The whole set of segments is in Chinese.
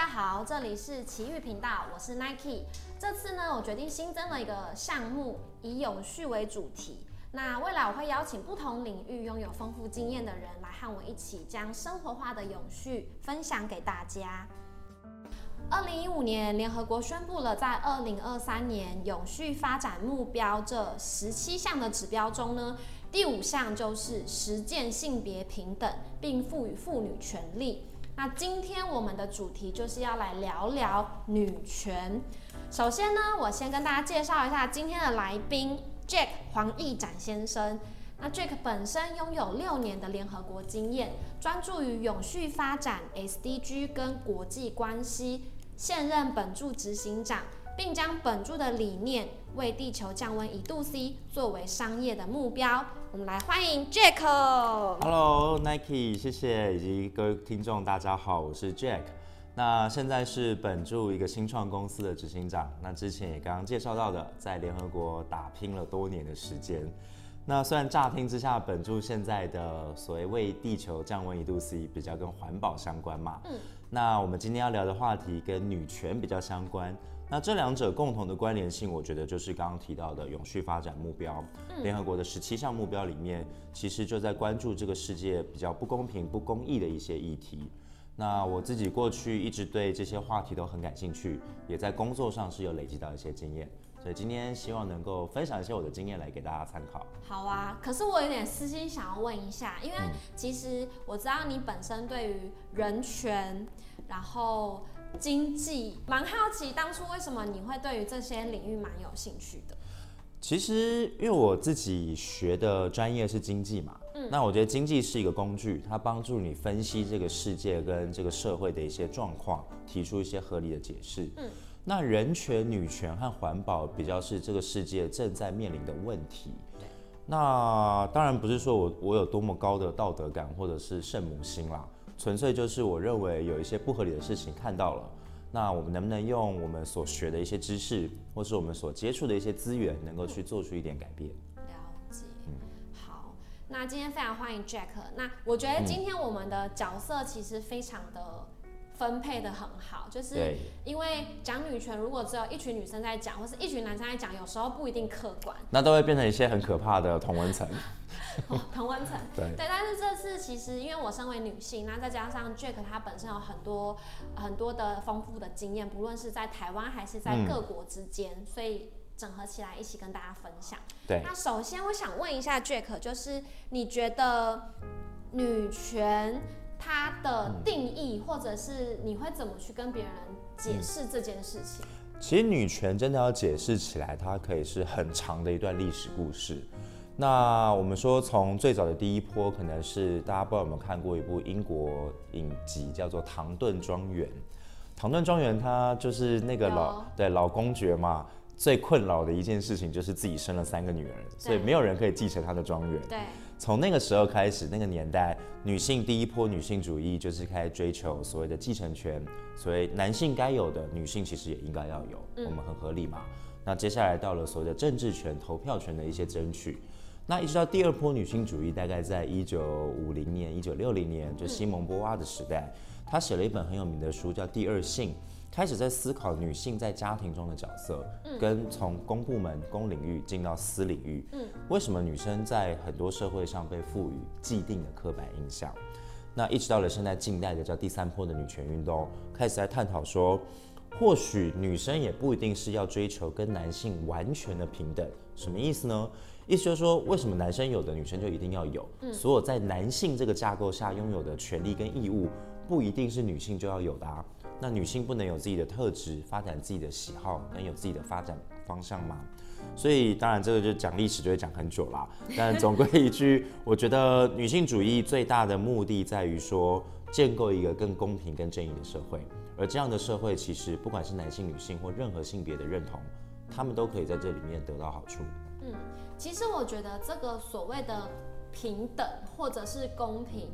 好，这里是奇遇频道，我是 Nike。这次呢，我决定新增了一个项目，以永续为主题。那未来我会邀请不同领域拥有丰富经验的人来和我一起将生活化的永续分享给大家。2015年，联合国宣布了在2023年永续发展目标这17项的指标中呢，第5项就是实践性别平等，并赋予妇女权利。那今天我们的主题就是要来聊聊女权。首先呢，我先跟大家介绍一下今天的来宾 Jack 黄义展先生。那 Jack 本身拥有6年的联合国经验，专注于永续发展 SDG 跟国际关系，现任本驻执行长，并将本驻的理念为地球降温1度C 作为商业的目标。我们来欢迎 Jack。Hello Nike， 谢谢，以及各位听众，大家好，我是 Jack。那现在是本驻一个新创公司的执行长。那之前也刚刚介绍到的，在联合国打拼了多年的时间。那虽然乍听之下，本驻现在的所谓为地球降温1度C 比较跟环保相关嘛，那我们今天要聊的话题跟女权比较相关。那这两者共同的关联性，我觉得就是刚刚提到的永续发展目标，联合国的17项目标里面，其实就在关注这个世界比较不公平、不公义的一些议题。那我自己过去一直对这些话题都很感兴趣，也在工作上是有累积到一些经验，所以今天希望能够分享一些我的经验来给大家参考。 好啊，可是我有点私心想要问一下，因为其实我知道你本身对于人权，然后经济，蛮好奇当初为什么你会对于这些领域蛮有兴趣的。 其实因为我自己学的专业是经济嘛，那我觉得经济是一个工具，它帮助你分析这个世界跟这个社会的一些状况，提出一些合理的解释。那人权、女权和环保比较是这个世界正在面临的问题。那当然不是说我有多么高的道德感或者是圣母心啦，纯粹就是我认为有一些不合理的事情看到了，那我们能不能用我们所学的一些知识，或是我们所接触的一些资源，能够去做出一点改变？ 了解。好，那今天非常欢迎 Jack。那我觉得今天我们的角色其实非常的分配的很好，就是因为讲女权，如果只有一群女生在讲，或是一群男生在讲，有时候不一定客观， 那都会变成一些很可怕的同温层。 同温层， 对， 但是这次其实因为我身为女性，那再加上 Jack 他本身有很多的丰富的经验，不论是在台湾还是在各国之间，所以整合起来一起跟大家分享。 对， 那首先我想问一下 Jack， 就是你觉得女权它的定义，或者是你会怎么去跟别人解释这件事情？ 其实女权真的要解释起来，它可以是很长的一段历史故事。那我们说，从最早的第一波，可能是大家不知道有没有看过一部英国影集，叫做《唐顿庄园》。唐顿庄园，它就是那个老公爵嘛，最困扰的一件事情就是自己生了3个女儿，所以没有人可以继承他的庄园。 对。从那个时候开始，那个年代，女性第一波女性主义就是开始追求所谓的继承权，所谓男性该有的，女性其实也应该要有，我们很合理嘛。那接下来到了所谓的政治权、投票权的一些争取。那一直到第2波女性主义，大概在1950年、1960年，就西蒙波娃的时代，她写了一本很有名的书，叫《第二性》，开始在思考女性在家庭中的角色，跟从公部门、公领域进到私领域，为什么女生在很多社会上被赋予既定的刻板印象？那一直到了现在近代的叫第3波的女权运动，开始在探讨说，或许女生也不一定是要追求跟男性完全的平等。什么意思呢？意思就是说，为什么男生有的女生就一定要有？所有在男性这个架构下拥有的权利跟义务，不一定是女性就要有的啊。那女性不能有自己的特质，发展自己的喜好，跟有自己的发展方向吗？所以当然这个就讲历史就会讲很久啦。但总归一句，我觉得女性主义最大的目的在于说，建构一个更公平、更正义的社会。而这样的社会，其实不管是男性、女性或任何性别的认同，他们都可以在这里面得到好处。 其实我觉得这个所谓的平等或者是公平，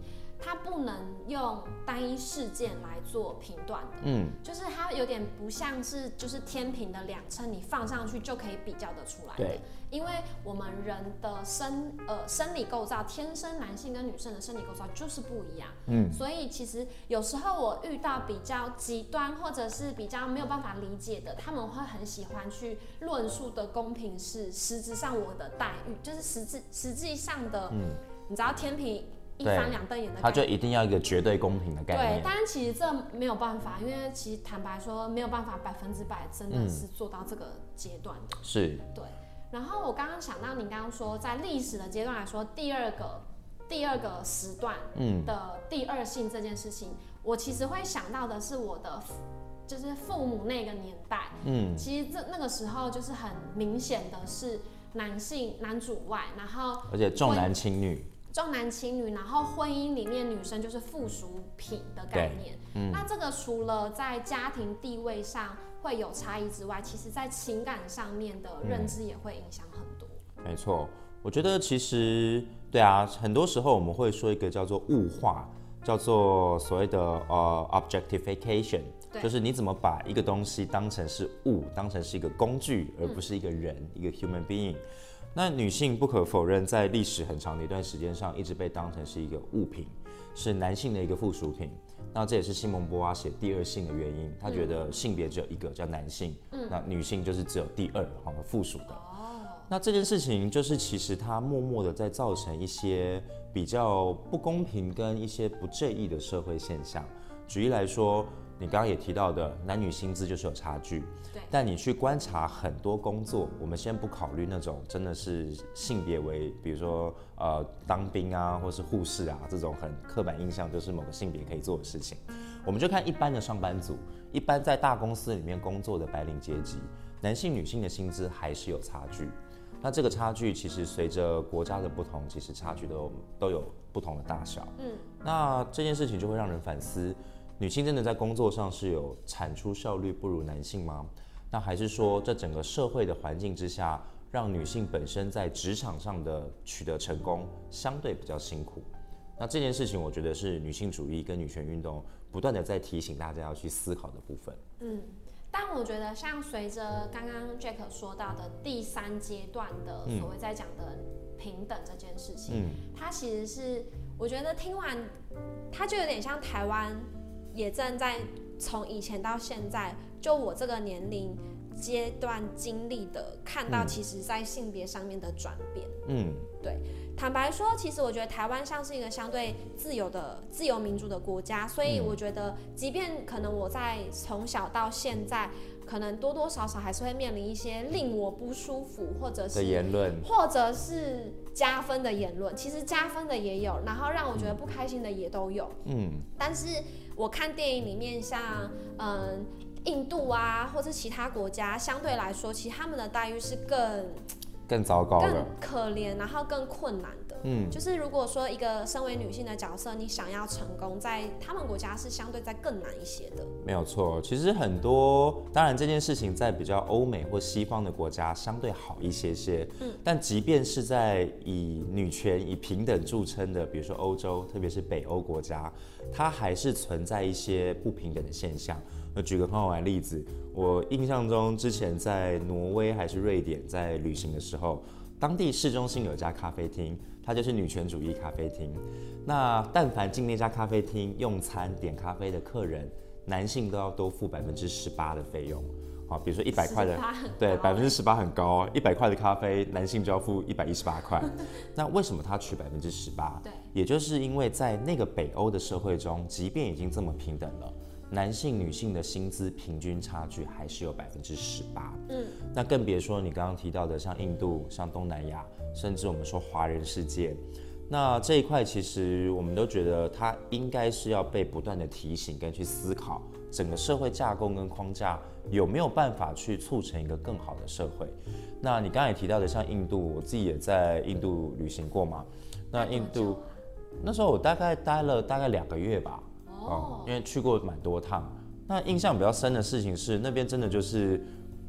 它不能用单一事件来做评断的，就是它有点不像是就是天平的两称，你放上去就可以比较得出来的。 对， 因为我们人的生理构造，天生男性跟女生的生理构造就是不一样，所以其实有时候我遇到比较极端或者是比较没有办法理解的，他们会很喜欢去论述的公平是实质上我的待遇，就是实际上的，你知道天平一翻两瞪眼的概念， 他就一定要一个绝对公平的概念。 对，但其实这没有办法，因为其实坦白说没有办法100%真的是做到这个阶段的。 是， 对。然后我刚刚想到，你刚刚说在历史的阶段来说，第二个时段的第二性这件事情，我其实会想到的是我的就是父母那个年代，其实那个时候就是很明显的是男主外，然后而且重男轻女。 重男轻女，然后婚姻里面女生就是附属品的概念。那这个除了在家庭地位上会有差异之外，其实在情感上面的认知也会影响很多。 没错，我觉得其实对啊，很多时候我们会说一个叫做物化，叫做所谓的objectification，就是你怎么把一个东西当成是物，当成是一个工具，而不是一个人，一个 human being。那女性不可否认，在历史很长的一段时间上，一直被当成是一个物品，是男性的一个附属品。那这也是西蒙波娃写第二性的原因，他觉得性别只有一个叫男性，那女性就是只有第二，附属的。那这件事情就是其实它默默的在造成一些比较不公平跟一些不正义的社会现象。举例来说，你刚刚也提到的男女薪资就是有差距，但你去观察很多工作，我们先不考虑那种真的是性别为，比如说当兵啊，或是护士啊这种很刻板印象，就是某个性别可以做的事情。我们就看一般的上班族，一般在大公司里面工作的白领阶级，男性女性的薪资还是有差距。那这个差距其实随着国家的不同，其实差距都有不同的大小。那这件事情就会让人反思。女性真的在工作上是有产出效率不如男性吗？那还是说，这整个社会的环境之下，让女性本身在职场上的取得成功相对比较辛苦？那这件事情，我觉得是女性主义跟女权运动不断的在提醒大家要去思考的部分。 但我觉得，像随着刚刚 Jack 说到的第3阶段的所谓在讲的平等这件事情，它其实是我觉得听完，它就有点像台湾。也正在从以前到现在，就我这个年龄阶段经历的，看到其实在性别上面的转变。对，坦白说，其实我觉得台湾像是一个相对自由民主的国家，所以我觉得，即便可能我在从小到现在，可能多多少少还是会面临一些令我不舒服，或者是言论， 或者是加分的言论。其实加分的也有，然后让我觉得不开心的也都有。但是我看电影里面像印度啊，或是其他国家，相对来说，其实他们的待遇是更糟糕的、 更可怜，然后更困难的。就是如果说一个身为女性的角色，你想要成功，在他们国家是相对在更难一些的。 没有错，其实很多，当然这件事情在比较欧美或西方的国家相对好一些些。但即便是在以女权、以平等著称的，比如说欧洲，特别是北欧国家，它还是存在一些不平等的现象。举个很好玩的例子，我印象中之前在挪威还是瑞典在旅行的时候，当地市中心有一家咖啡厅，它就是女权主义咖啡厅。那但凡进那家咖啡厅用餐点咖啡的客人，男性都要多付18%的费用。好，比如说100块的，对，18%很高，100块的咖啡，男性就要付118块。那为什么他取18%？对，也就是因为在那个北欧的社会中，即便已经这么平等了，男性、女性的薪资平均差距还是有18%。那更别说你刚刚提到的像印度、像东南亚，甚至我们说华人世界，那这一块其实我们都觉得它应该是要被不断的提醒跟去思考，整个社会架构跟框架有没有办法去促成一个更好的社会。那你刚刚也提到的像印度，我自己也在印度旅行过嘛。那印度那时候我大概待了2个月吧。因为去过蛮多趟，那印象比较深的事情是，那边真的就是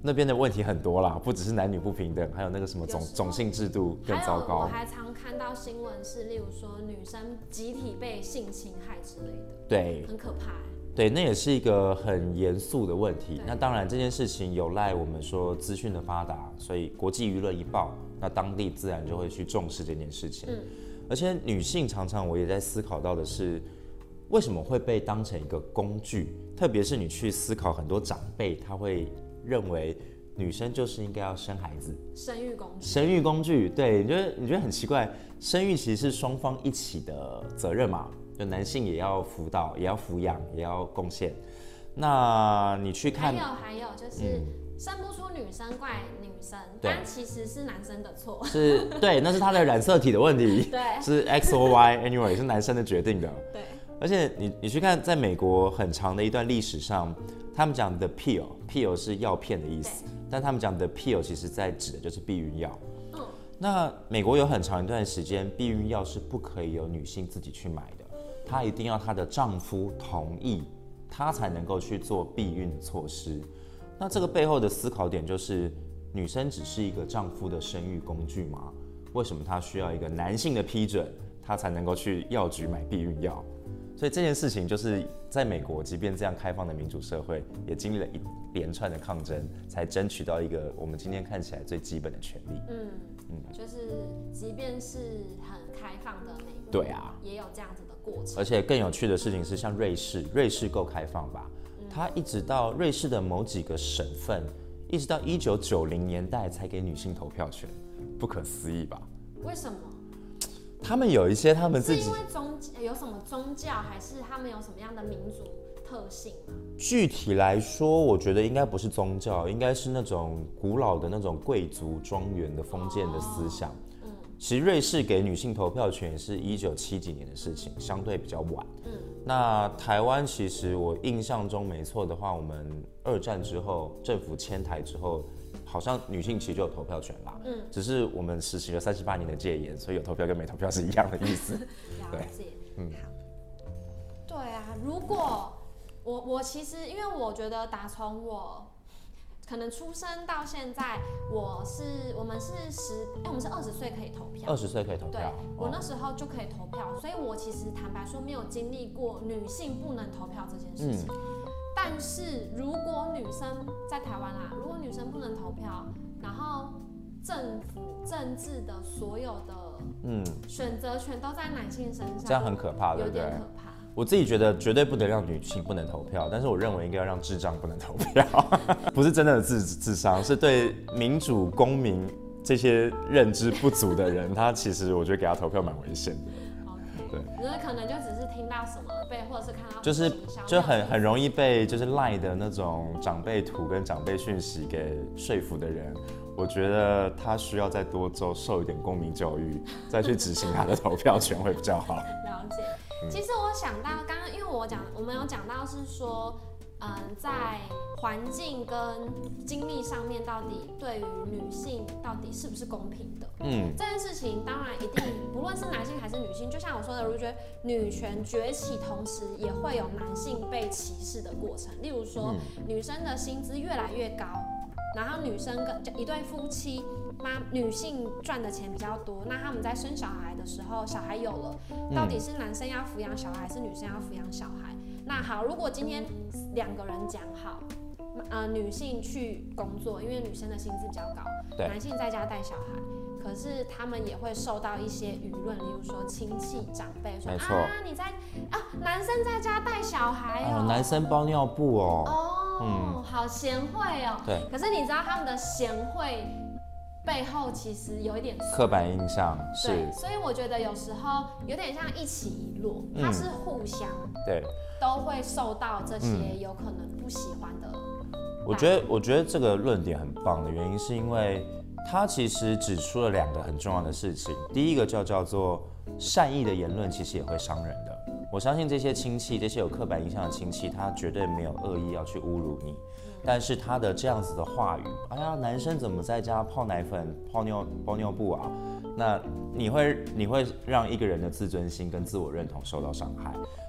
那边的问题很多啦，不只是男女不平等，还有那个什么种姓制度更糟糕。 我还常看到新闻是，例如说女生集体被性侵害之类的， 对， 很可怕。 对，那也是一个很严肃的问题。那当然，这件事情有赖我们说资讯的发达，所以国际舆论一报，那当地自然就会去重视这件事情。而且女性常常我也在思考到的是，为什么会被当成一个工具？特别是你去思考很多长辈，他会认为女生就是应该要生孩子， 生育工具。 生育工具，对，你觉得很奇怪，生育其实是双方一起的责任嘛。就男性也要辅导，也要抚养，也要贡献。那你去看， 还有就是、生不出女生怪女生，但其实是男生的错。 是，对，那是他的染色体的问题。 对， 是 X or Y，anyway 是男生的决定的。 对， 而且你去看，在美国很长的一段历史上，他们讲的 pill 是药片的意思，但他们讲的 pill 其实在指的就是避孕药。那美国有很长一段时间，避孕药是不可以由女性自己去买的。她一定要她的丈夫同意，她才能够去做避孕的措施。那这个背后的思考点就是，女生只是一个丈夫的生育工具吗？为什么她需要一个男性的批准，她才能够去药局买避孕药？所以这件事情就是在美国，即便这样开放的民主社会，也经历了一连串的抗争，才争取到一个我们今天看起来最基本的权利。 就是即便是很开放的美国， 对啊， 也有这样子的过程。 而且更有趣的事情是，像瑞士够开放吧？它一直到瑞士的某几个省份，一直到1990年代才给女性投票权，不可思议吧？ 为什么？ 他们有一些他们自己是因为有什么宗教，还是他们有什么样的民族特性吗？ 具体来说，我觉得应该不是宗教，应该是那种古老的那种贵族庄园的封建的思想。其实瑞士给女性投票权也是1970几年的事情，相对比较晚。那台湾其实我印象中没错的话，我们2战之后政府迁台之后，好像女性其实就有投票权啦。只是我们实行了38年的戒严，所以有投票跟没投票是一样的意思。 了解。好。对啊，如果我其实因为我觉得打从我可能出生到现在，我们是20岁可以投票 ，20岁可以投票。 对，我那时候就可以投票，所以我其实坦白说没有经历过女性不能投票这件事情。但是如果女生在台湾啦，如果女生不能投票，然后政府政治的所有的选择权都在男性身上， 这样很可怕，对不对？ 有点可怕。 我自己觉得绝对不能让女性不能投票，但是我认为应该要让智障不能投票，不是真正的智商，是对民主公民这些认知不足的人，他其实我觉得给他投票蛮危险的。对， 那可能就只是听到什么或者是看到就很容易被就是赖的那种长辈图跟长辈讯息给说服的人。我觉得他需要再多受一点公民教育，再去执行他的投票权会比较好。 了解。其实我想到刚刚，因为我们有讲到是说，在环境跟经历上面，到底对于女性到底是不是公平的？这件事情当然一定，不论是男性还是女性，就像我说的，我觉得女权崛起，同时也会有男性被歧视的过程。例如说，女生的薪资越来越高。然后女生跟一对夫妻，女性赚的钱比较多，那他们在生小孩的时候，小孩有了，到底是男生要抚养小孩，还是女生要抚养小孩？那好，如果今天2个人讲好，女性去工作，因为女生的薪资比较高，男性在家带小孩。可是他们也会受到一些舆论，例如说亲戚长辈说男生在家带小孩哦， 男生包尿布哦， 好贤惠哦。 对。 可是你知道他们的贤惠背后其实有一点刻板印象， 对，所以我觉得有时候有点像一起一落，它是互相对都会受到这些有可能不喜欢的。 我觉得这个论点很棒的原因是因为。他其实指出了2个很重要的事情，第一个叫做善意的言论其实也会伤人的。我相信这些亲戚，这些有刻板印象的亲戚，他绝对没有恶意要去侮辱你，但是他的这样子的话语，哎呀，男生怎么在家泡奶粉、包尿布啊？那你会让一个人的自尊心跟自我认同受到伤害。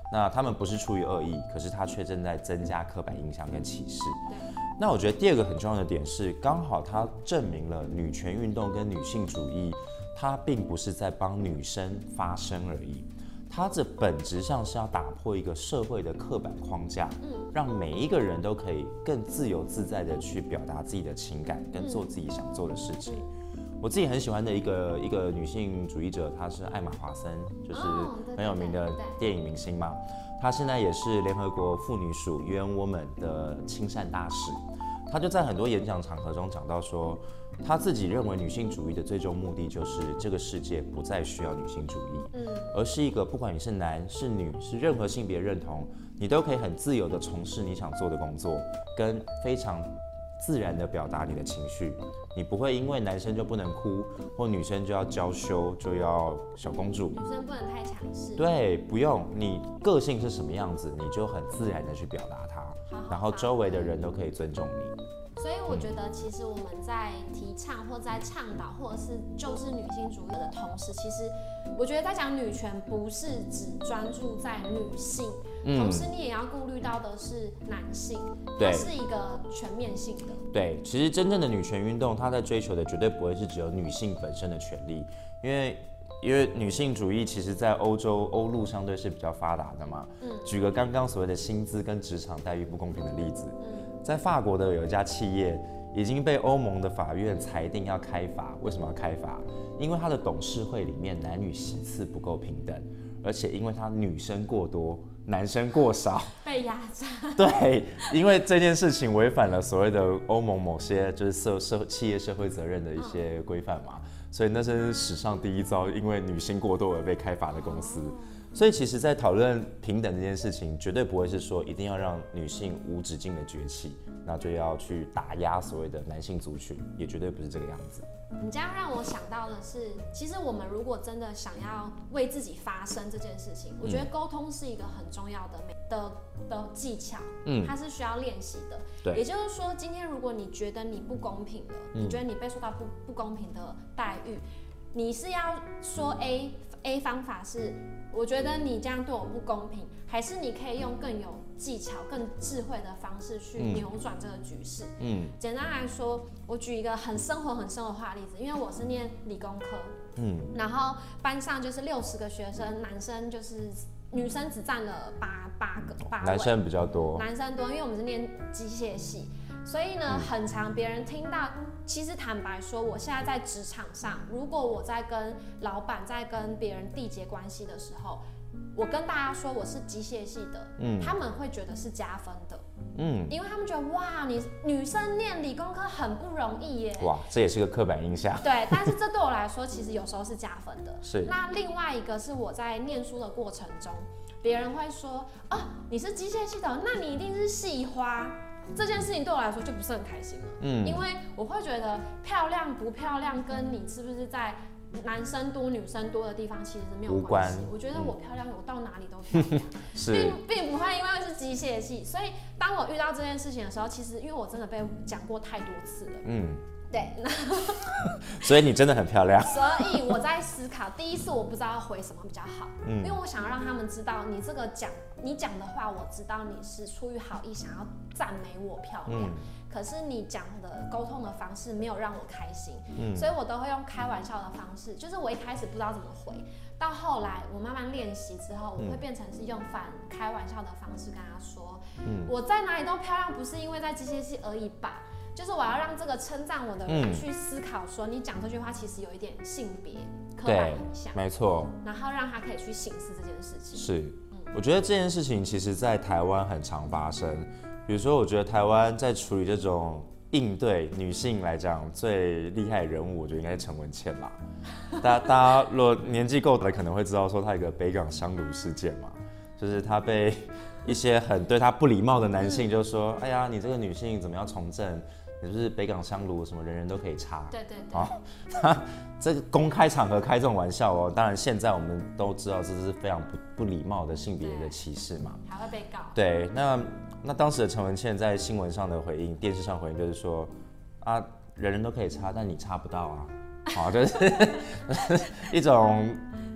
那他们不是出于恶意，可是他却正在增加刻板印象跟歧视。 对。 那我觉得第二个很重要的点是，刚好它证明了女权运动跟女性主义，它并不是在帮女生发声而已，它这本质上是要打破一个社会的刻板框架，让每一个人都可以更自由自在的去表达自己的情感，跟做自己想做的事情。我自己很喜欢的一个女性主义者，她是艾玛华森，就是很有名的电影明星嘛。她现在也是联合国妇女署 UN Women 的亲善大使。她就在很多演讲场合中讲到说，她自己认为女性主义的最终目的就是这个世界不再需要女性主义，而是一个不管你是男是女是任何性别认同，你都可以很自由的从事你想做的工作，跟非常自然的表达你的情绪。你不会因为男生就不能哭，或女生就要娇羞，就要小公主。 女生不能太强势。 对，不用，你个性是什么样子，你就很自然的去表达它，然后周围的人都可以尊重你。 所以我觉得，其实我们在提倡或在倡导，或者是就是女性主义的同时，其实我觉得在讲女权不是只专注在女性，同时你也要顾虑到的是男性，它是一个全面性的。 对，其实真正的女权运动，它在追求的绝对不会是只有女性本身的权利，因为女性主义其实在欧陆相对是比较发达的嘛。举个刚刚所谓的薪资跟职场待遇不公平的例子。在法国的有一家企业已经被欧盟的法院裁定要开罚。为什么要开罚？因为它的董事会里面男女席次不够平等，而且因为它女生过多，男生过少， 被压榨。 对，因为这件事情违反了所谓的欧盟某些就是企业社会责任的一些规范嘛，所以那是史上第一遭因为女性过多而被开罚的公司。所以其实，在讨论平等这件事情，绝对不会是说一定要让女性无止境的崛起，那就要去打压所谓的男性族群，也绝对不是这个样子。 你这样让我想到的是，其实我们如果真的想要为自己发声这件事情，我觉得沟通是一个很重要的技巧，它是需要练习的。 对， 也就是说，今天如果你觉得你不公平了，你觉得你被受到不公平的待遇，你是要说 A 方法是，我觉得你这样对我不公平，还是你可以用更有技巧、更智慧的方式去扭转这个局势？简单来说，我举一个很生活化的例子，因为我是念理工科，然后班上就是60个学生，男生就是女生只占了8位， 男生比较多， 男生多，因为我们是念机械系。所以呢，很常别人听到，其实坦白说，我现在在职场上，如果我在跟老板在跟别人缔结关系的时候，我跟大家说我是机械系的，他们会觉得是加分的，因为他们觉得哇，你女生念理工科很不容易耶， 哇，这也是个刻板印象。 对，但是这对我来说，其实有时候是加分的。 是。 那另外一个是我在念书的过程中，别人会说，哦，你是机械系的，那你一定是系花。这件事情对我来说就不是很开心了，因为我会觉得漂亮不漂亮跟你是不是在男生多女生多的地方其实是没有关系。我觉得我漂亮，我到哪里都漂亮，并不会因为是机械系。所以当我遇到这件事情的时候，其实因为我真的被讲过太多次了，对， 所以你真的很漂亮。 所以我在思考，第一次我不知道要回什么比较好，因为我想要让他们知道，你讲的话，我知道你是出于好意，想要赞美我漂亮，可是你讲的沟通的方式没有让我开心，所以我都会用开玩笑的方式，就是我一开始不知道怎么回，到后来我慢慢练习之后，我会变成是用反开玩笑的方式跟他说，我在哪里都漂亮，不是因为在机械系而已吧。就是我要让这个称赞我的人去思考，说你讲这句话其实有一点性别刻板印象， 没错， 然后让他可以去省思这件事情。 是，我觉得这件事情其实在台湾很常发生。比如说，我觉得台湾在处理这种应对女性来讲最厉害的人物，我觉得应该是陈文茜啦。大家如果年纪够的，可能会知道说她有一个北港香炉事件嘛，就是她被一些很对她不礼貌的男性就说：“哎呀，你这个女性怎么要从政？你就是北港香炉，什么人人都可以插。” 对对对。 好，他这个公开场合开这种玩笑哦，当然现在我们都知道这是非常不礼貌的性别的歧视嘛， 还会被告。 对，那当时的陈文茜在新闻上的回应，电视上回应就是说啊，人人都可以插，但你插不到啊，好，就是一种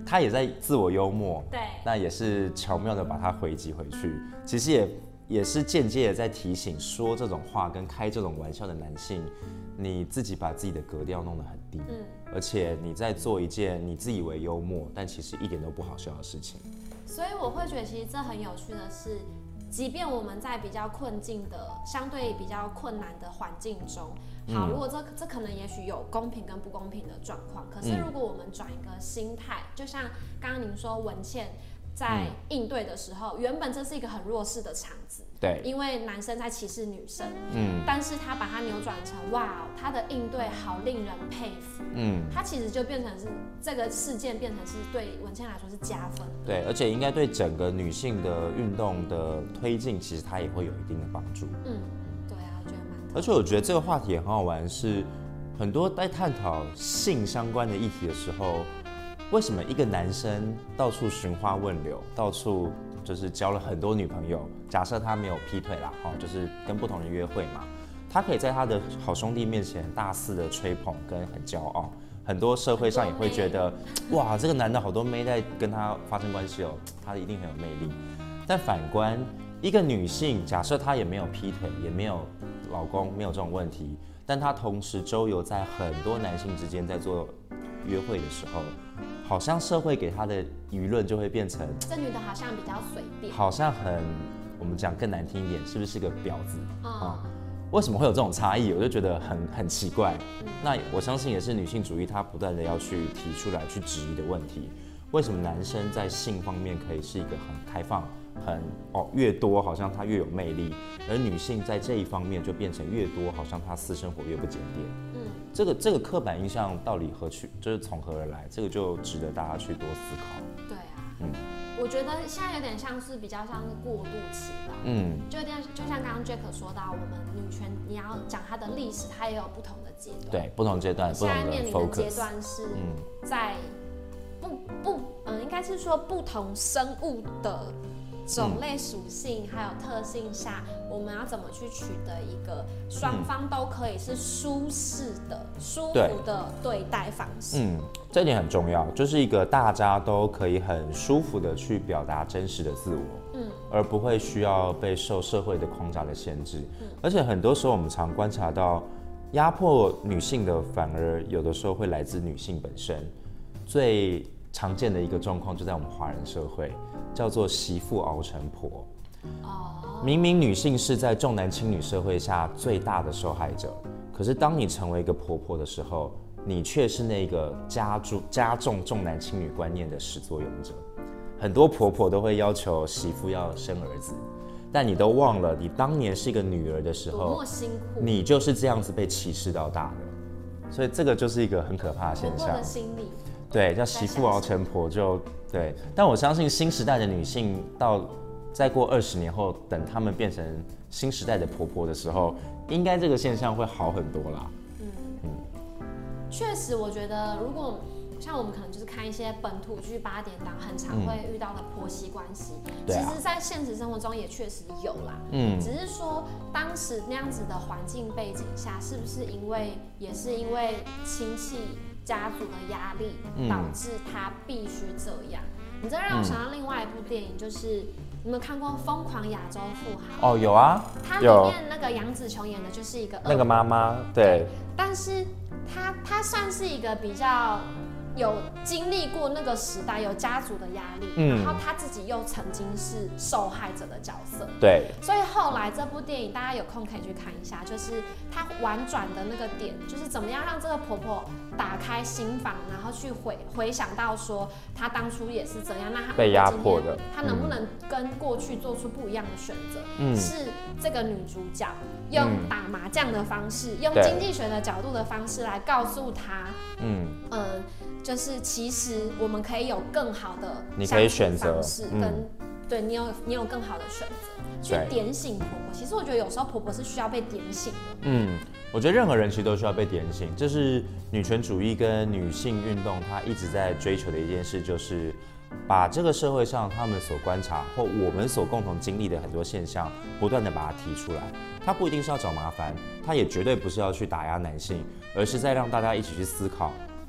他也在自我幽默， 对， 那也是巧妙的把它回击回去。其实也是间接的在提醒说这种话跟开这种玩笑的男性，你自己把自己的格调弄得很低，而且你在做一件你自以为幽默，但其实一点都不好笑的事情。 所以我会觉得，其实这很有趣的是，即便我们在比较困境的、相对比较困难的环境中，好，如果这可能也许有公平跟不公平的状况，可是如果我们转一个心态，就像刚刚您说文茜在应对的时候，原本这是一个很弱势的场子， 对， 因为男生在歧视女生，但是他把它扭转成哇，他的应对好令人佩服，他其实就变成是这个事件变成是对文茜来说是加分的， 对，而且应该对整个女性的运动的推进，其实它也会有一定的帮助， 对啊，我觉得蛮， 而且我觉得这个话题也很好玩，是很多在探讨性相关的议题的时候，为什么一个男生到处寻花问柳，到处就是交了很多女朋友？假设他没有劈腿啦，就是跟不同人约会嘛，他可以在他的好兄弟面前大肆的吹捧跟很骄傲，很多社会上也会觉得，哇，这个男的好多妹在跟他发生关系哦，他一定很有魅力。但反观一个女性，假设她也没有劈腿，也没有老公，没有这种问题，但她同时周游在很多男性之间在做约会的时候，好像社会给她的舆论就会变成这女的好像比较随便， 好像很，我们讲更难听一点，是不是个婊子为什么会有这种差异？我就觉得很奇怪。那我相信也是女性主义它不断的要去提出来去质疑的问题。为什么男生在性方面可以是一个很开放，越多好像他越有魅力，而女性在这一方面就变成越多好像她私生活越不检点。这个刻板印象到底就是从何而来？这个就值得大家去多思考。 对啊，我觉得现在有点像是比较像是过渡期吧。就像刚刚 Jack 说到，我们女权你要讲它的历史，它也有不同的阶段。 对，不同阶段，不同的 focus。 现在面临的阶段是在应该是说不同生物的种类属性还有特性下，我们要怎么去取得一个双方都可以是舒适的、舒服的对待方式。 这点很重要，就是一个大家都可以很舒服的去表达真实的自我，而不会需要被受社会的框架的限制。而且很多时候我们常观察到，压迫女性的反而有的时候会来自女性本身。最常见的一个状况就在我们华人社会，叫做媳妇熬成婆。明明女性是在重男轻女社会下最大的受害者，可是当你成为一个婆婆的时候，你却是那个加重重男轻女观念的始作俑者。很多婆婆都会要求媳妇要生儿子，但你都忘了，你当年是一个女儿的时候， 多么辛苦， 你就是这样子被歧视到大的。所以这个就是一个很可怕的现象。 婆婆的心理。 对，叫媳妇熬成婆对，但我相信新时代的女性再过20年后，等她们变成新时代的婆婆的时候，应该这个现象会好很多啦。 确实，我觉得如果像我们可能就是看一些本土剧8点档，很常会遇到的婆媳关系，其实在现实生活中也确实有啦。只是说当时那样子的环境背景下，是不是也是因为亲戚家族的压力，导致他必须这样？你这让我想到另外一部电影，就是你们看过《疯狂亚洲富豪》？ 有啊， 它里面那个杨紫琼演的就是一个那个妈妈，对， 但是她算是一个比较有经历过那个时代，有家族的压力，然后她自己又曾经是受害者的角色， 对， 所以后来这部电影大家有空可以去看一下，就是她婉转的那个点，就是怎么样让这个婆婆打开心房，然后去回想到说她当初也是怎样，那她被压迫的， 她能不能跟过去做出不一样的选择？是这个女主角用打麻将的方式，用经济学的角度的方式来告诉她，就是其实我们可以有更好的相处方式，对你有更好的选择，去点醒婆婆。其实我觉得有时候婆婆是需要被点醒的。 我觉得任何人其实都需要被点醒，这是女权主义跟女性运动它一直在追求的一件事，就是把这个社会上他们所观察或我们所共同经历的很多现象，不断的把它提出来。它不一定是要找麻烦，它也绝对不是要去打压男性，而是在让大家一起去思考。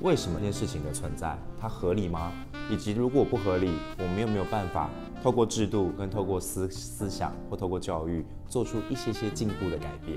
为什么这件事情的存在，它合理吗？以及如果不合理，我们有没有办法透过制度跟透过思想或透过教育，做出一些进步的改变？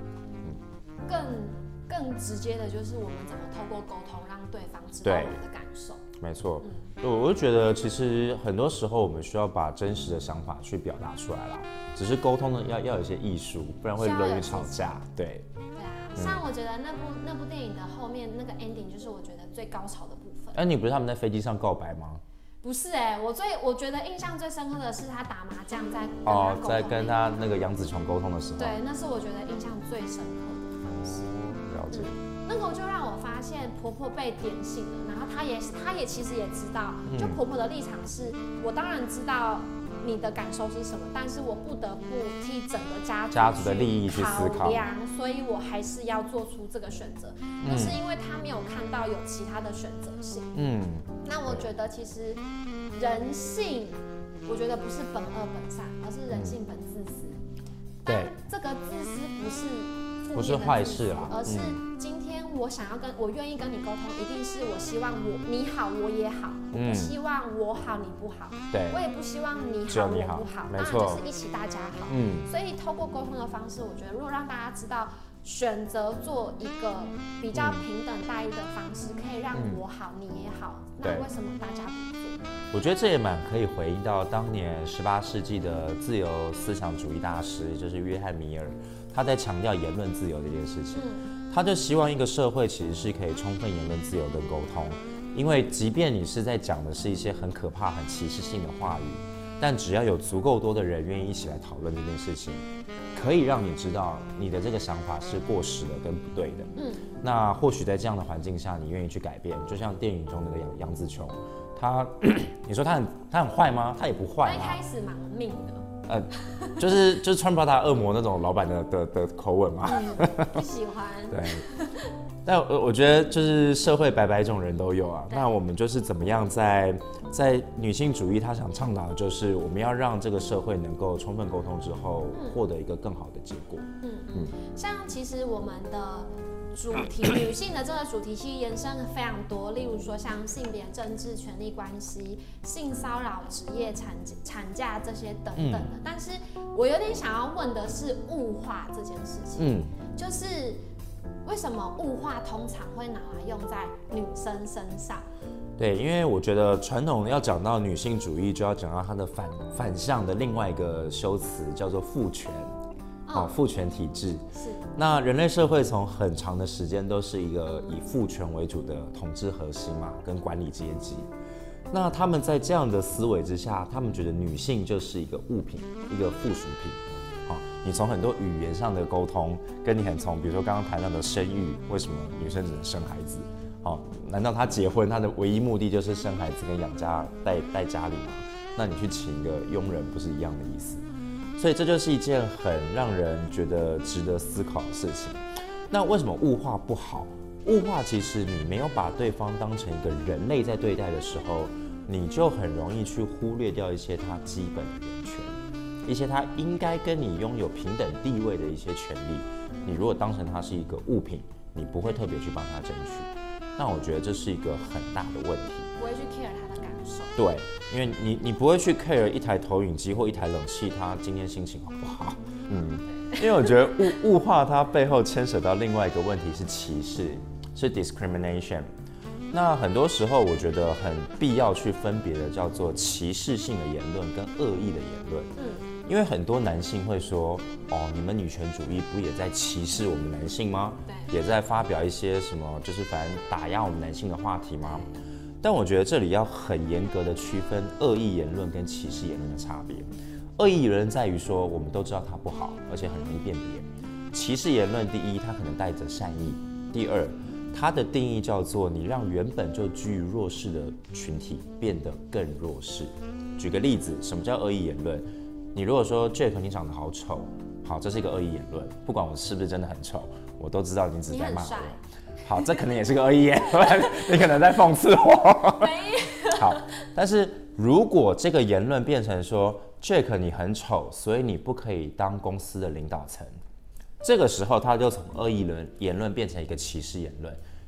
更直接的就是我们怎么透过沟通让对方知道我们的感受。 没错，我就觉得其实很多时候我们需要把真实的想法去表达出来啦。只是沟通呢要有一些艺术，不然会容易吵架。对啊， 像我觉得那部电影的后面那个 ending 就是我觉得最高潮的部分。 你不是他们在飞机上告白吗？ 不是我觉得印象最深刻的是他打麻将在跟他那个杨紫琼沟通的时候。 对，那是我觉得印象最深刻的方式。 了解。 那个就让我发现婆婆被点醒了，然后她也其实也知道，就婆婆的立场是，我当然知道你的感受是什么，但是我不得不替整个家族的利益去思考， 所以我还是要做出这个选择。那是因为她没有看到有其他的选择性。那我觉得其实人性，我觉得不是本恶本善，而是人性本自私。 对， 这个自私不是坏事啦， 而是今天我愿意跟你沟通，一定是我希望你好我也好，我不希望我好你不好， 对， 我也不希望你好我不好，当然就是一起大家好。所以透过沟通的方式，我觉得如果让大家知道选择做一个比较平等待遇的方式，可以让我好你也好，那为什么大家不做？ 我觉得这也蛮可以回应到当年18世纪的自由思想主义大师，就是约翰米尔，他在强调言论自由这件事情。他就希望一个社会其实是可以充分言论自由跟沟通，因为即便你是在讲的是一些很可怕、很歧视性的话语，但只要有足够多的人愿意一起来讨论这件事情，可以让你知道你的这个想法是过时的跟不对的。那或许在这样的环境下，你愿意去改变，就像电影中的杨紫琼，你说他很坏吗？他也不坏。 他一开始蛮命的。 就是穿 Prada 恶魔那种老板的口吻嘛。 不喜欢。 对。但我觉得就是社会百百种人都有啊。那我们就是怎么样在女性主义，他想倡导的就是我们要让这个社会能够充分沟通之后，获得一个更好的结果。 像其实我们的主题，女性的这个主题其实延伸的非常多，例如说像性别政治、权力关系、性骚扰、职业产假这些等等的。但是我有点想要问的是物化这件事情。就是为什么物化通常会拿来用在女生身上？ 对，因为我觉得传统要讲到女性主义，就要讲到它的反向的另外一个修辞，叫做父权。父权体制是。 那人类社会从很长的时间都是一个以父权为主的统治核心嘛，跟管理阶级。那他们在这样的思维之下，他们觉得女性就是一个物品，一个附属品。你从很多语言上的沟通，跟你从比如说刚刚谈到的生育，为什么女生只能生孩子？难道她结婚她的唯一目的就是生孩子跟养家带家里吗？那你去请一个佣人，不是一样的意思？所以这就是一件很让人觉得值得思考的事情。那为什么物化不好？物化其实你没有把对方当成一个人类在对待的时候，你就很容易去忽略掉一些他基本的人权，一些他应该跟你拥有平等地位的一些权利。你如果当成他是一个物品，你不会特别去帮他争取。那我觉得这是一个很大的问题。 不会去 care 他的感受。 对，因为你不会去 care 一台投影机或一台冷气，他今天心情好不好？因为我觉得物化它背后牵扯到另外一个问题是歧视，是 discrimination。那很多时候我觉得很必要去分别的叫做歧视性的言论跟恶意的言论。因为很多男性会说，你们女权主义不也在歧视我们男性吗？ 对， 也在发表一些什么就是反正打压我们男性的话题吗？但我觉得这里要很严格的区分恶意言论跟歧视言论的差别。恶意言论在于说我们都知道它不好，而且很容易辨别。歧视言论，第一，它可能带着善意；第二，它的定义叫做你让原本就居于弱势的群体变得更弱势。举个例子，什么叫恶意言论？你如果说 Jack 你长得好丑，好，这是一个恶意言论，不管我是不是真的很丑，我都知道你只在骂我。好，这可能也是个恶意言论，你可能在讽刺我。 没有。 好，但是如果这个言论变成说 Jack 你很丑，所以你不可以当公司的领导层，这个时候他就从恶意言论变成一个歧视言论，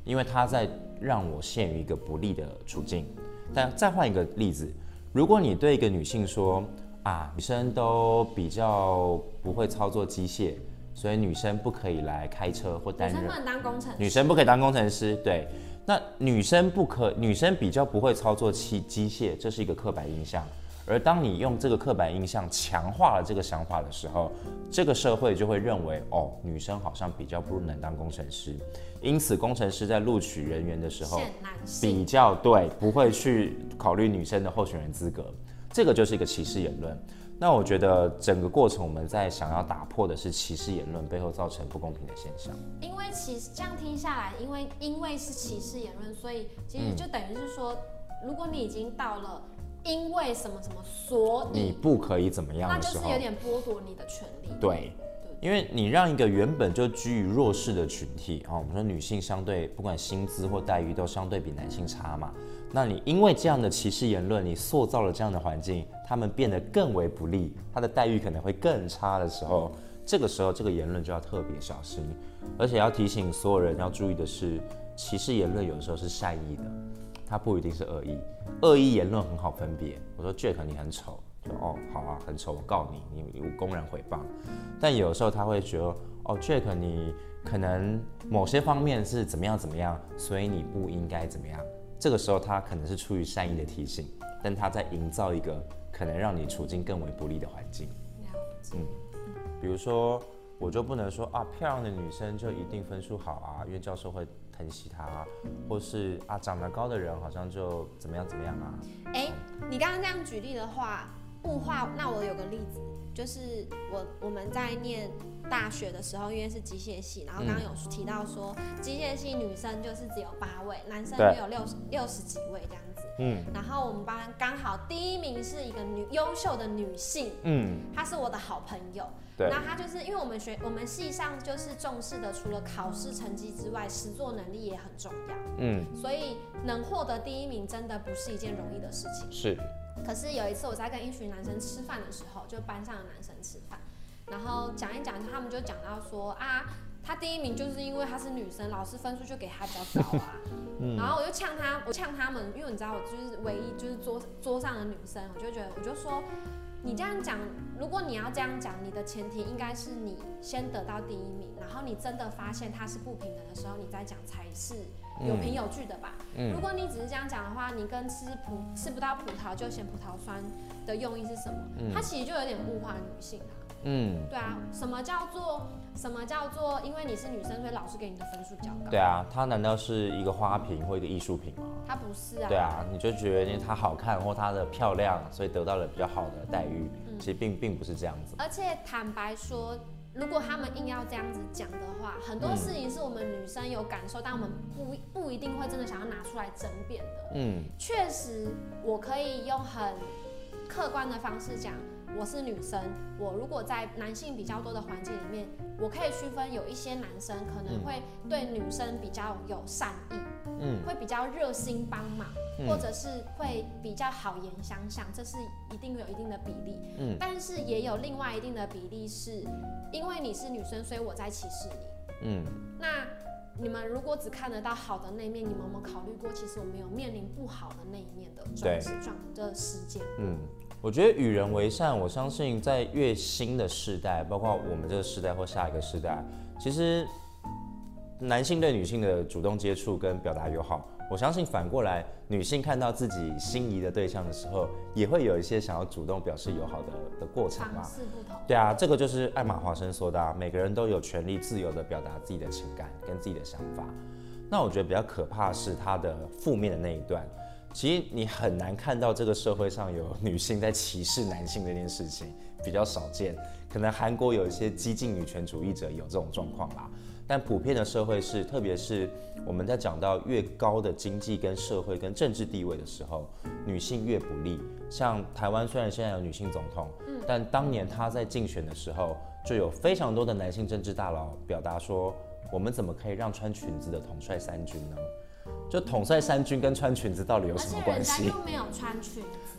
因为他在让我陷于一个不利的处境。但再换一个例子，如果你对一个女性说啊，女生都比较不会操作机械，所以女生不可以来开车或担任， 女生不能当工程师， 女生不可以当工程师，对，那女生比较不会操作机械，这是一个刻板印象。而当你用这个刻板印象强化了这个想法的时候，这个社会就会认为，哦，女生好像比较不能当工程师，因此工程师在录取人员的时候比较对，不会去考虑女生的候选人资格，这个就是一个歧视言论。那我觉得整个过程我们在想要打破的是歧视言论背后造成不公平的现象。 因为其实这样听下来，因为是歧视言论，所以其实就等于是说，如果你已经到了因为什么什么，所以你不可以怎么样的时候， 那就是有点剥夺你的权利。 对，因为你让一个原本就居于弱势的群体啊，我们说女性相对不管薪资或待遇都相对比男性差嘛，那你因为这样的歧视言论，你塑造了这样的环境，他们变得更为不利，他的待遇可能会更差的时候，这个时候这个言论就要特别小心，而且要提醒所有人要注意的是，歧视言论有的时候是善意的。它不一定是恶意，恶意言论很好分别。我说 Jack 你很丑，就哦好啊，很丑，我告你，你公然诽谤。但有时候他会觉得哦 Jack 你可能某些方面是怎么样怎么样，所以你不应该怎么样。这个时候他可能是出于善意的提醒，但他在营造一个可能让你处境更为不利的环境。比如说我就不能说啊漂亮的女生就一定分数好啊，因为教授会疼惜她啊，或是啊长得高的人好像就怎么样怎么样啊。 你刚刚这样举例的话，物化，那我有个例子，就是我们在念大学的时候，因为是机械系，然后刚刚有提到说，机械系女生就是只有8位，男生就有60几位这样子。然后我们班刚好第一名是一个优秀的女性，她是我的好朋友。那她就是因为我们系上就是重视的，除了考试成绩之外，实作能力也很重要。所以能获得第一名真的不是一件容易的事情。 是。 可是有一次我在跟一群男生吃饭的时候，就班上的男生吃饭，然后讲一讲，他们就讲到说啊，她第一名就是因为她是女生，老师分数就给她比较高啊。然后我呛他们，因为你知道我就是唯一就是桌上的女生，我就说，你这样讲，如果你要这样讲，你的前提应该是你先得到第一名，然后你真的发现它是不平等的时候，你再讲才是有凭有据的吧。如果你只是这样讲的话，你跟吃不到葡萄就嫌葡萄酸的用意是什么？它其实就有点物化女性啊。对啊，什么叫做因为你是女生，所以老师给你的分数较高？ 对啊，它难道是一个花瓶或一个艺术品吗？ 它不是啊。 对啊，你就觉得它好看或它的漂亮，所以得到了比较好的待遇，其实并不是这样子。 而且坦白说，如果他们硬要这样子讲的话，很多事情是我们女生有感受，但我们不一定会真的想要拿出来争辩的。确实，我可以用很客观的方式讲。我是女生，我如果在男性比较多的环境里面，我可以区分有一些男生可能会对女生比较有善意，会比较热心帮忙，或者是会比较好言相向，这是一定有一定的比例。但是也有另外一定的比例是，因为你是女生，所以我在歧视你。那你们如果只看得到好的那一面，你们有没有考虑过，其实我们有面临不好的那一面的时间？ 我觉得与人为善，我相信在越新的世代，包括我们这个世代或下一个世代，其实男性对女性的主动接触跟表达友好，我相信反过来，女性看到自己心仪的对象的时候，也会有一些想要主动表示友好的过程嘛。 尝试不同。 对啊，这个就是艾玛华生说的每个人都有权利自由的表达自己的情感跟自己的想法。那我觉得比较可怕的是他的负面的那一段。其实你很难看到这个社会上有女性在歧视男性这件事情，比较少见。可能韩国有一些激进女权主义者有这种状况啦，但普遍的社会是，特别是我们在讲到越高的经济跟社会跟政治地位的时候，女性越不利。像台湾虽然现在有女性总统，但当年她在竞选的时候，就有非常多的男性政治大佬表达说，我们怎么可以让穿裙子的统帅三军呢？就统帅三军跟穿裙子到底有什么关系？ 而且人家又没有穿裙子。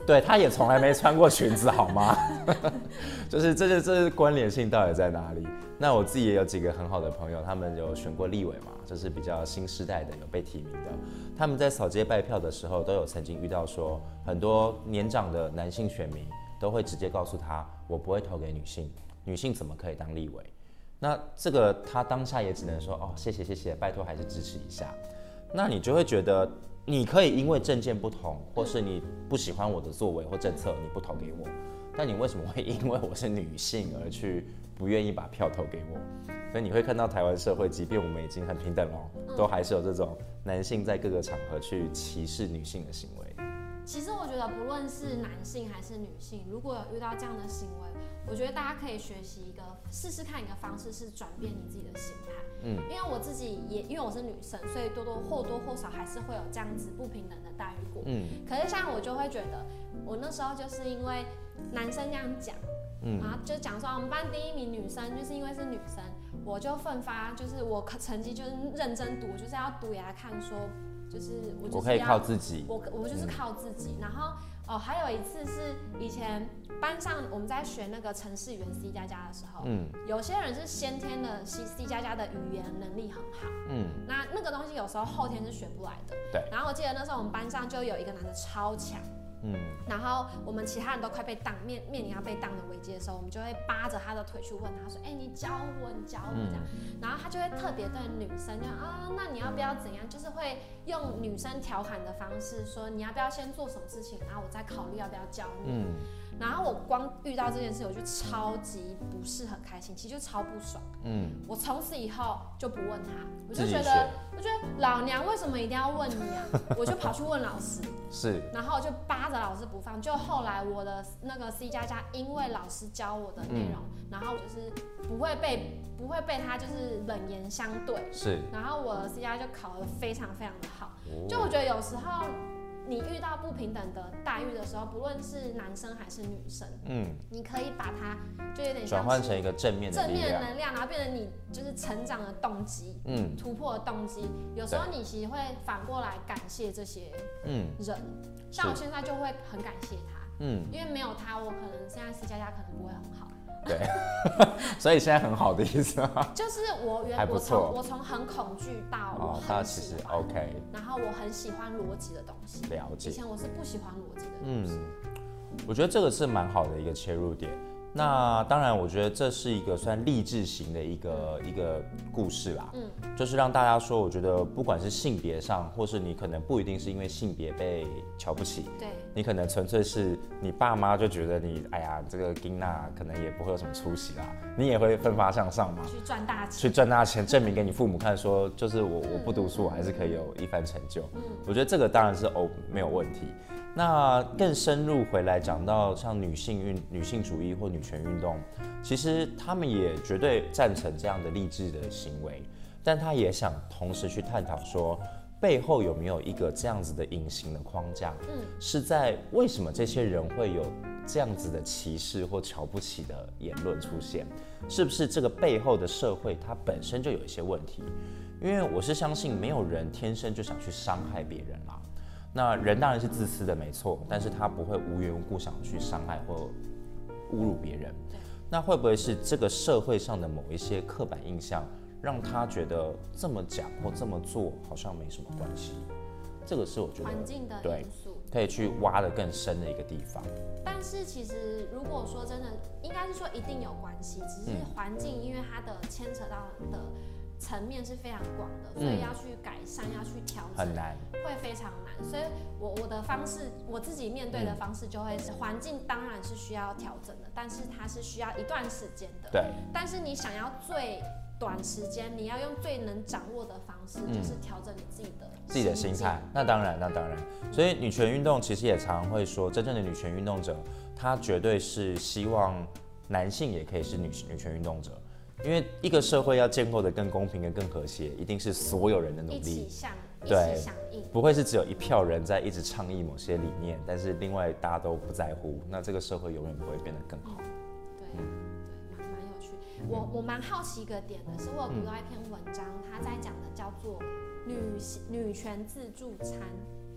对，他也从来没穿过裙子，好吗？就是这关联性到底在哪里？那我自己也有几个很好的朋友，他们有选过立委嘛，就是比较新世代的有被提名的。他们在扫街拜票的时候，都有曾经遇到说，很多年长的男性选民都会直接告诉他，我不会投给女性，女性怎么可以当立委？那这个他当下也只能说，哦，谢谢，拜托还是支持一下。那你就会觉得，你可以因为政见不同，或是你不喜欢我的作为或政策，你不投给我，但你为什么会因为我是女性而去不愿意把票投给我？所以你会看到台湾社会，即便我们已经很平等了，都还是有这种男性在各个场合去歧视女性的行为。 其实我觉得，不论是男性还是女性，如果有遇到这样的行为，我觉得大家可以学习试试看一个方式，是转变你自己的心态。因为我自己也因为我是女生，所以或多或少还是会有这样子不平等的待遇过。可是像我就会觉得，我那时候就是因为男生这样讲，然后就讲说我们班第1名女生，就是因为是女生，我就奋发，就是我成绩就是认真读，就是要读给他看说。就是我可以靠自己， 我就是靠自己。然后还有一次是以前班上我们在学那个程式语言 C++ 的时候，有些人是先天的 C++ 的语言能力很好，那个东西有时候后天是学不来的。 对。 然后我记得那时候我们班上就有一个男的超强。然后我们其他人都快被当面临要被当的危机的时候，我们就会扒着他的腿去问他说：“你教我这样。”然后他就会特别对女生就那你要不要怎样？就是会用女生调侃的方式说：“你要不要先做什么事情，然后我再考虑要不要教你。”然后我光遇到这件事，我就超级不是很开心，其实就超不爽。我从此以后就不问他，我就觉得老娘为什么一定要问你啊？我就跑去问老师， 是， 然后就扒着老师不放。就后来我的那个 C++，因为老师教我的内容，然后就是不会被他就是冷言相对， 是， 然后我的 C++ 就考得非常非常的好。就我觉得有时候。你遇到不平等的待遇的时候，不论是男生还是女生，你可以把它就有点像转换成一个正面的能量，然后变成你就是成长的动机，突破的动机。有时候你其实会反过来感谢这些人，像我现在就会很感谢他，因为没有他，我可能现在C++可能不会很好。 对，所以现在很好的意思吗？ 就是我从很恐惧到我很喜欢， 其实 OK， 然后我很喜欢逻辑的东西。 了解。 以前我是不喜欢逻辑的东西。 我觉得这个是蛮好的一个切入点。那当然，我觉得这是一个算励志型的一个故事啦。就是让大家说，我觉得不管是性别上，或是你可能不一定是因为性别被瞧不起， 对， 你可能纯粹是你爸妈就觉得你，哎呀，这个金娜可能也不会有什么出息啦，你也会奋发向上嘛，去赚大钱，证明给你父母看说，就是我不读书，我还是可以有一番成就。我觉得这个当然是没有问题。那更深入回来讲到像女性主义或女权运动，其实他们也绝对赞成这样的励志的行为，但他也想同时去探讨说，背后有没有一个这样子的隐形的框架，是在为什么这些人会有这样子的歧视或瞧不起的言论出现，是不是这个背后的社会它本身就有一些问题？因为我是相信没有人天生就想去伤害别人啦。那人当然是自私的，没错，但是他不会无缘无故想去伤害或侮辱别人。那会不会是这个社会上的某一些刻板印象，让他觉得这么讲或这么做好像没什么关系？这个是我觉得环境的因素， 可以去挖得更深的一个地方。 但是其实如果说真的，应该是说一定有关系，只是环境因为它的牵扯到的层面是非常广的，所以要去改善，要去调整， 很难， 会非常难。所以我的方式，我自己面对的方式就会是，环境当然是需要调整的，但是它是需要一段时间的。 对。 但是你想要最短时间，你要用最能掌握的方式，就是调整你自己的心态。 那当然。所以女权运动其实也常常会说，真正的女权运动者，她绝对是希望男性也可以是女权运动者。因为一个社会要建构的更公平跟更和谐，一定是所有人的努力，一起响应，不会是只有一票人在一直倡议某些理念，但是另外大家都不在乎，那这个社会永远不会变得更好。 对，蛮有趣。我蛮好奇一个点的是，我有读到一篇文章，他在讲的叫做女权自助餐。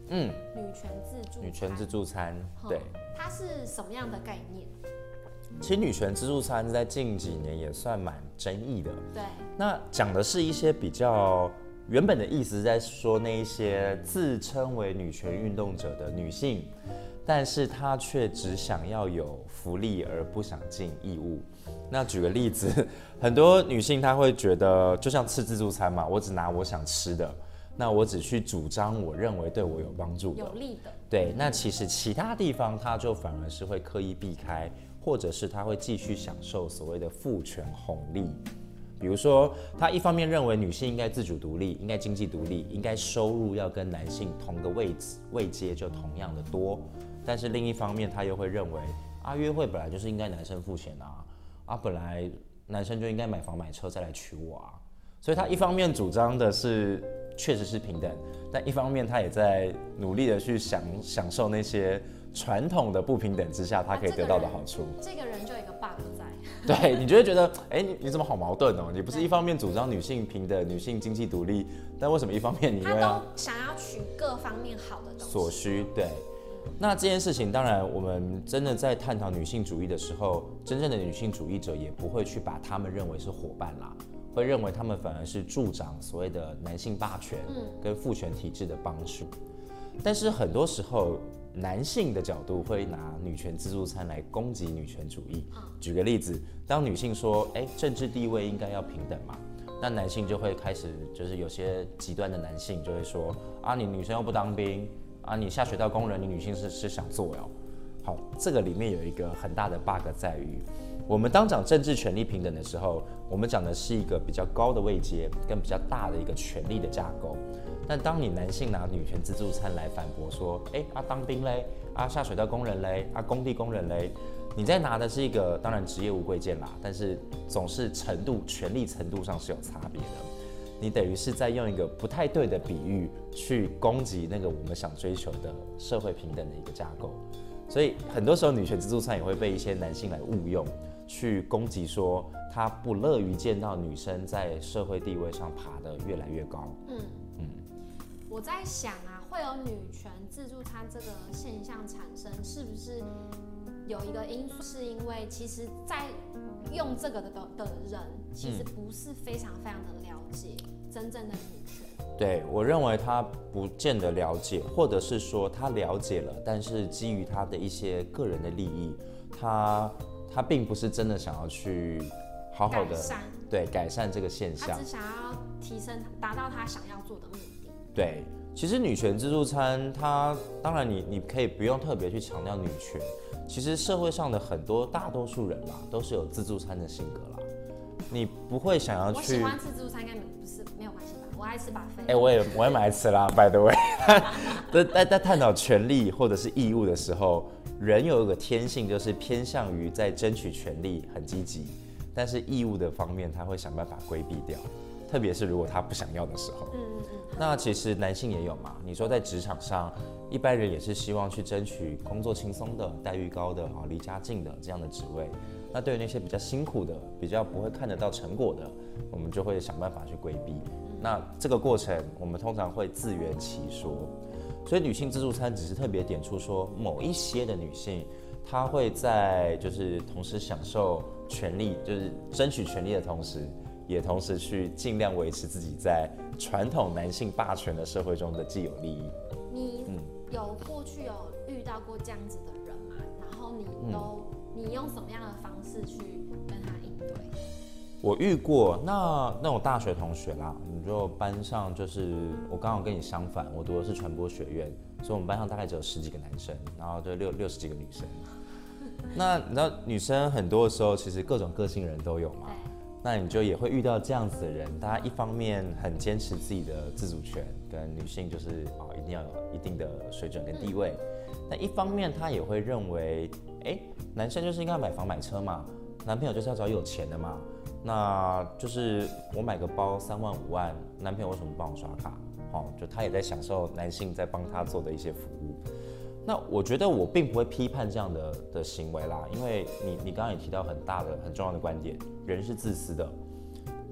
女权自助餐， 对， 它是什么样的概念？ 其实女权自助餐在近几年也算蛮争议的。 对， 那讲的是一些比较原本的意思，是在说那一些自称为女权运动者的女性，但是她却只想要有福利而不想尽义务。那举个例子，很多女性她会觉得，就像吃自助餐嘛，我只拿我想吃的，那我只去主张我认为对我有帮助的、 有利的。 对，那其实其他地方她就反而是会刻意避开，或者是她会继续享受所谓的父权红利。比如说，她一方面认为女性应该自主独立，应该经济独立，应该收入要跟男性同个位阶就同样的多，但是另一方面她又会认为约会本来就是应该男生付钱本来男生就应该买房买车再来娶我所以她一方面主张的是确实是平等，但一方面她也在努力的去享受那些传统的不平等之下她可以得到的好处。 这个人就有一个 bug 在。 对，你就会觉得，你怎么好矛盾哦？你不是一方面主张女性平等、女性经济独立，但为什么一方面你又要？ 他都想要取各方面好的东西。 所需，对。那这件事情，当然我们真的在探讨女性主义的时候，真正的女性主义者也不会去把他们认为是伙伴啦，会认为他们反而是助长所谓的男性霸权跟父权体制的帮助。但是很多时候，男性的角度会拿女权自助餐来攻击女权主义。举个例子，当女性说，政治地位应该要平等嘛，那男性就会开始，就是有些极端的男性就会说，你女生又不当兵你下水道工人，你女性是想做哟。好，这个里面有一个很大的 bug 在于，我们当讲政治权利平等的时候，我们讲的是一个比较高的位阶跟比较大的一个权力的架构。但当你男性拿女权自助餐来反驳说，当兵嘞，下水道工人嘞，工地工人嘞，你在拿的是一个当然职业无贵贱啦，但是总是权力程度上是有差别的。你等于是在用一个不太对的比喻去攻击那个我们想追求的社会平等的一个架构。所以很多时候女权自助餐也会被一些男性来误用，去攻击说他不乐于见到女生在社会地位上爬得越来越高。 我在想会有女权自助餐这个现象产生，是不是有一个因素是因为其实在用这个的人其实不是非常非常的了解真正的女权。 对，我认为他不见得了解，或者是说他了解了，但是基于他的一些个人的利益，他并不是真的想要去好好的改善这个现象， 他只想要提升达到他想要做的目的。 对，其实女权自助餐，它当然你可以不用特别去强调女权，其实社会上的大多数人啦，都是有自助餐的性格啦。你不会想要去。 我喜欢吃自助餐，应该没有关系吧？我爱吃buffet。 我也蛮爱吃啦，by the way。在探讨权利或者是义务的时候，人有一个天性，就是偏向于在争取权利很积极，但是义务的方面他会想办法规避掉，特别是如果他不想要的时候。那其实男性也有嘛，你说在职场上，一般人也是希望去争取工作轻松的、待遇高的、离家近的这样的职位。那对于那些比较辛苦的、比较不会看得到成果的，我们就会想办法去规避。那这个过程，我们通常会自圆其说。所以女性自助餐只是特别点出说，某一些的女性，她会在就是同时享受权利，就是争取权利的同时，也同时去尽量维持自己在传统男性霸权的社会中的既有利益。 你过去有遇到过这样子的人吗？然后你用什么样的方式去跟他应对？ 我遇过那种大学同学啦，你就班上就是我刚好跟你相反，我读的是传播学院，所以我们班上大概只有10几个男生，然后就60几个女生。那你知道女生很多的时候，其实各种个性人都有嘛。那你就也会遇到这样子的人，大家一方面很坚持自己的自主权，跟女性就是一定要有一定的水准跟地位，但一方面他也会认为，男生就是应该买房买车嘛，男朋友就是要找有钱的嘛，那就是我买个包3万5万，男朋友为什么不帮我刷卡？就他也在享受男性在帮他做的一些服务。那我觉得我并不会批判这样的行为啦，因为你刚刚也提到很重要的观点，人是自私的，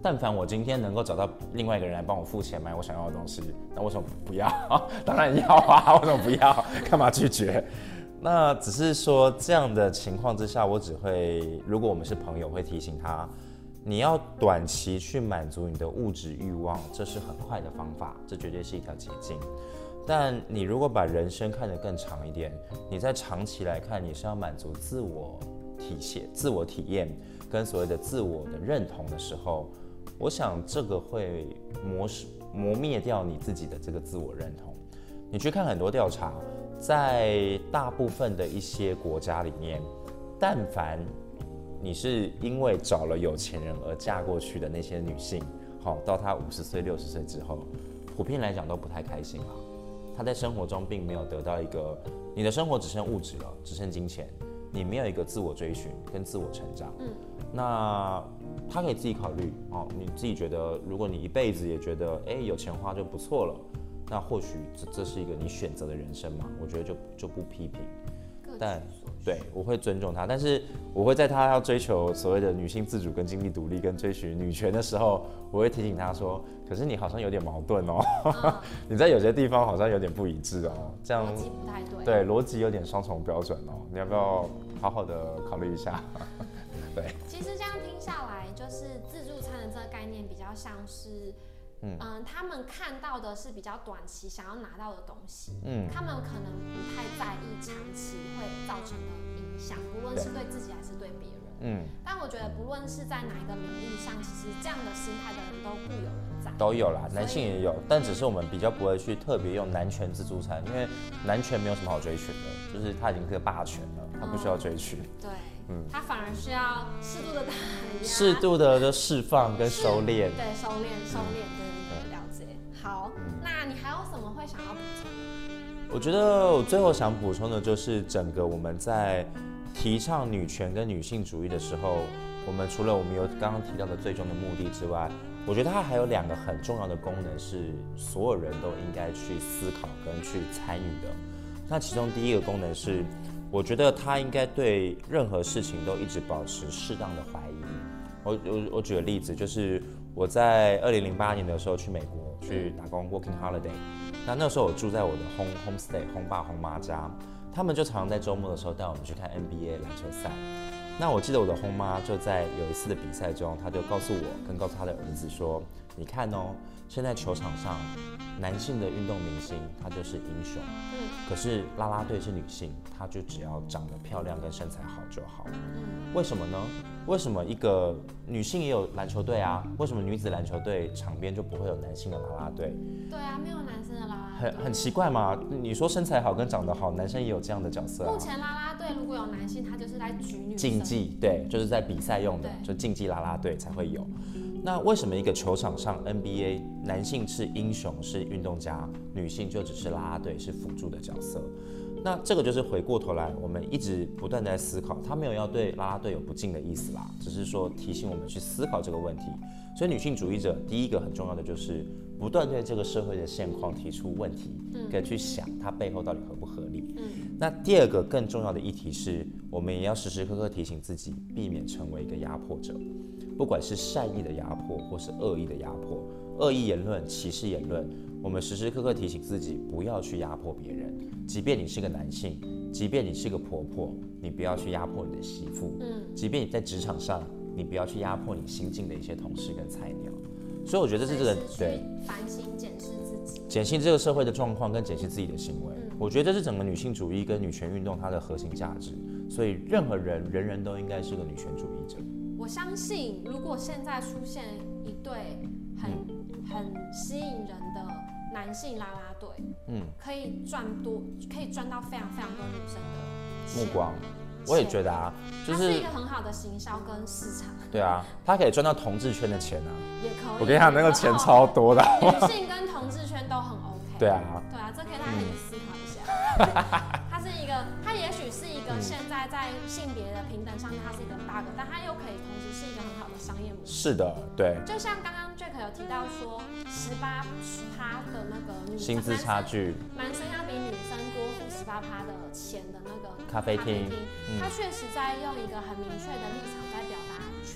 但凡我今天能够找到另外一个人来帮我付钱买我想要的东西，那为什么不要？当然要啊，为什么不要？干嘛拒绝？那只是说这样的情况之下，我只会，如果我们是朋友，会提醒他，你要短期去满足你的物质欲望，这是很快的方法，这绝对是一条捷径。但你如果把人生看得更长一点，你在长期来看，你是要满足自我体验跟所谓的自我的认同的时候，我想这个会磨灭掉你自己的这个自我认同。你去看很多调查，在大部分的一些国家里面，但凡你是因为找了有钱人而嫁过去的那些女性，到她50岁、60岁之后，普遍来讲都不太开心啦。她在生活中并没有得到一个，你的生活只剩物质了，只剩金钱，你没有一个自我追寻跟自我成长。那她可以自己考虑你自己觉得，如果你一辈子也觉得有钱花就不错了，那或许这是一个你选择的人生嘛，我觉得就不批评。但对，我会尊重她，但是我会在她要追求所谓的女性自主跟经济独立跟追寻女权的时候，我会提醒她说，可是你好像有点矛盾哦，你在有些地方好像有点不一致哦，这样逻辑不太对， 对，逻辑有点双重标准哦，你要不要好好的考虑一下？对， 其实这样听下来，就是自助餐的这个概念比较像是。他们看到的是比较短期想要拿到的东西，他们可能不太在意长期会造成的影响，不论是对自己还是对别人。但我觉得不论是在哪一个领域上，其实这样的心态的人都固有人在， 都有啦，男性也有，但只是我们比较不会去特别用男权自助餐，因为男权没有什么好追寻的，就是他已经是个霸权了，他不需要追寻。 对。他反而需要适度的打压， 适度的释放跟收敛。 对，收敛，对，了解。好，那你还有什么会想要补充的？ 我觉得我最后想补充的就是整个我们在提倡女权跟女性主义的时候，我们除了我们有刚刚提到的最终的目的之外，我觉得它还有2个很重要的功能是所有人都应该去思考跟去参与的。那其中第一个功能是，我觉得他应该对任何事情都一直保持适当的怀疑。我举个例子，就是我在2008年的时候去美国去打工 working holiday， 那时候我住在我的 homestay 轰爸轰妈家，他们就常常在周末的时候带我们去看 NBA 篮球赛。那我记得我的轰妈就在有一次的比赛中，她就告诉我跟告诉她的儿子说，你看哦，现在球场上男性的运动明星他就是英雄，可是啦啦队是女性，她就只要长得漂亮跟身材好就好。为什么呢？为什么一个女性也有篮球队啊？为什么女子篮球队场边就不会有男性的啦啦队？ 对啊，没有男生的啦啦队， 很奇怪嘛。你说身材好跟长得好，男生也有这样的角色啊。 目前啦啦队如果有男性，他就是在举女生竞技，对，就是在比赛用的，就竞技啦啦队才会有。那为什么一个球场上 NBA 男性是英雄是运动家，女性就只是啦啦队是辅助的角色？那这个就是回过头来，我们一直不断在思考，他没有要对啦啦队有不敬的意思啦，只是说提醒我们去思考这个问题。所以女性主义者第一个很重要的就是不断对这个社会的现况提出问题，跟去想它背后到底合不合理。那第二个更重要的议题是，我们也要时时刻刻提醒自己，避免成为一个压迫者，不管是善意的压迫或是恶意的压迫，恶意言论、歧视言论，我们时时刻刻提醒自己不要去压迫别人。即便你是个男性，即便你是个婆婆，你不要去压迫你的媳妇。即便你在职场上，你不要去压迫你新进的一些同事跟菜鸟。所以我觉得这是这个对反省检视自己， 检视这个社会的状况跟检视自己的行为。我觉得这是整个女性主义跟女权运动它的核心价值。所以任何人人都应该是个女权主义者。 我相信，如果现在出现一对很吸引人的男性啦啦队，可以赚到非常非常多女生的目光。我也觉得啊， 它是一个很好的行销跟市场。 对啊，他可以赚到同志圈的钱啊。 也可以。 我跟你讲，那个钱超多的。 女性跟同志圈都很 OK。 对啊。 对啊，这可以大家可以思考一下。它也许是一个现在在性别的平等上面它是一个 bug，但它又可以同时是一个很好的商业模式。 是的，对。 就像刚刚 Jack 有提到说，18%的那个薪资差距， 男生要比女生多付18%的钱的那个咖啡厅， 他确实在用一个很明确的立场在表达权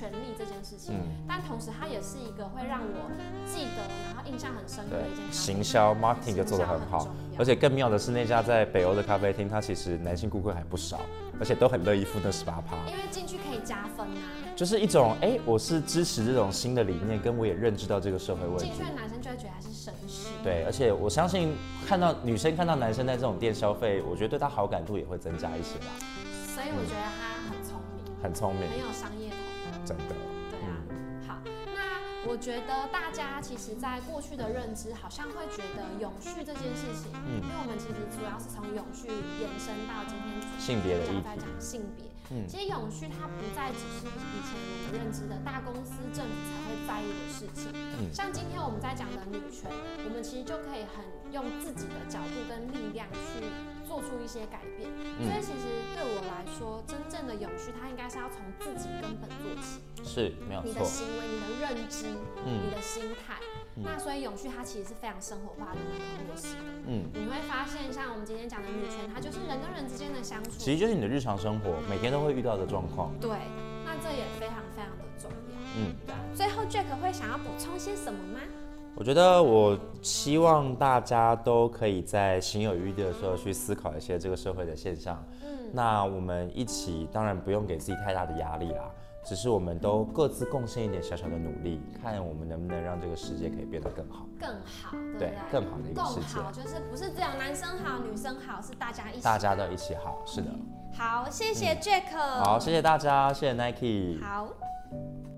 权利这件事情，但同时它也是一个会让我记得，然后印象很深刻的一件事情。 行销 marketing 就做得很好，而且更妙的是那家在北欧的咖啡厅，它其实男性顾客还不少，而且都很乐意付那18%， 因为进去可以加分啊。 就是一种我是支持这种新的理念，跟我也认知到这个社会问题。 进去的男生就会觉得他是绅士。 对，而且我相信女生看到男生在这种店消费，我觉得对他好感度也会增加一些啦。 所以我觉得他很聪明， 很聪明， 很有商业头脑。 真的。 对啊，好，那我觉得大家其实，在过去的认知，好像会觉得永续这件事情，因为我们其实主要是从永续延伸到今天性别的议题， 在讲性别。其实永续它不再只是以前我们认知的大公司政府才会在意的事情，像今天我们在讲的女权，我们其实就可以很用自己的角度跟力量去做出一些改变。所以其实对我来说，真正的永续它应该是要从自己根本做起， 是没有错。 你的行为、你的认知、你的心态。那所以永续它其实是非常生活化的那个落实的。你会发现像我们今天讲的女权，它就是人跟人之间的相处， 其实就是你的日常生活每天都会遇到的状况。 对，那这也非常非常的重要。对啊。最后 Jack 会想要补充些什么吗？ 我觉得我希望大家都可以在行有余力的时候去思考一些这个社会的现象。那我们一起，当然不用给自己太大的压力啦。只是我们都各自贡献一点小小的努力，看我们能不能让这个世界可以变得更好， 更好， 对，更好的一个世界。 更好，就是不是只有男生好、女生好，是大家一起， 大家都一起好，是的。 好，谢谢 Jack。 好，谢谢大家，谢谢 Nike。 好。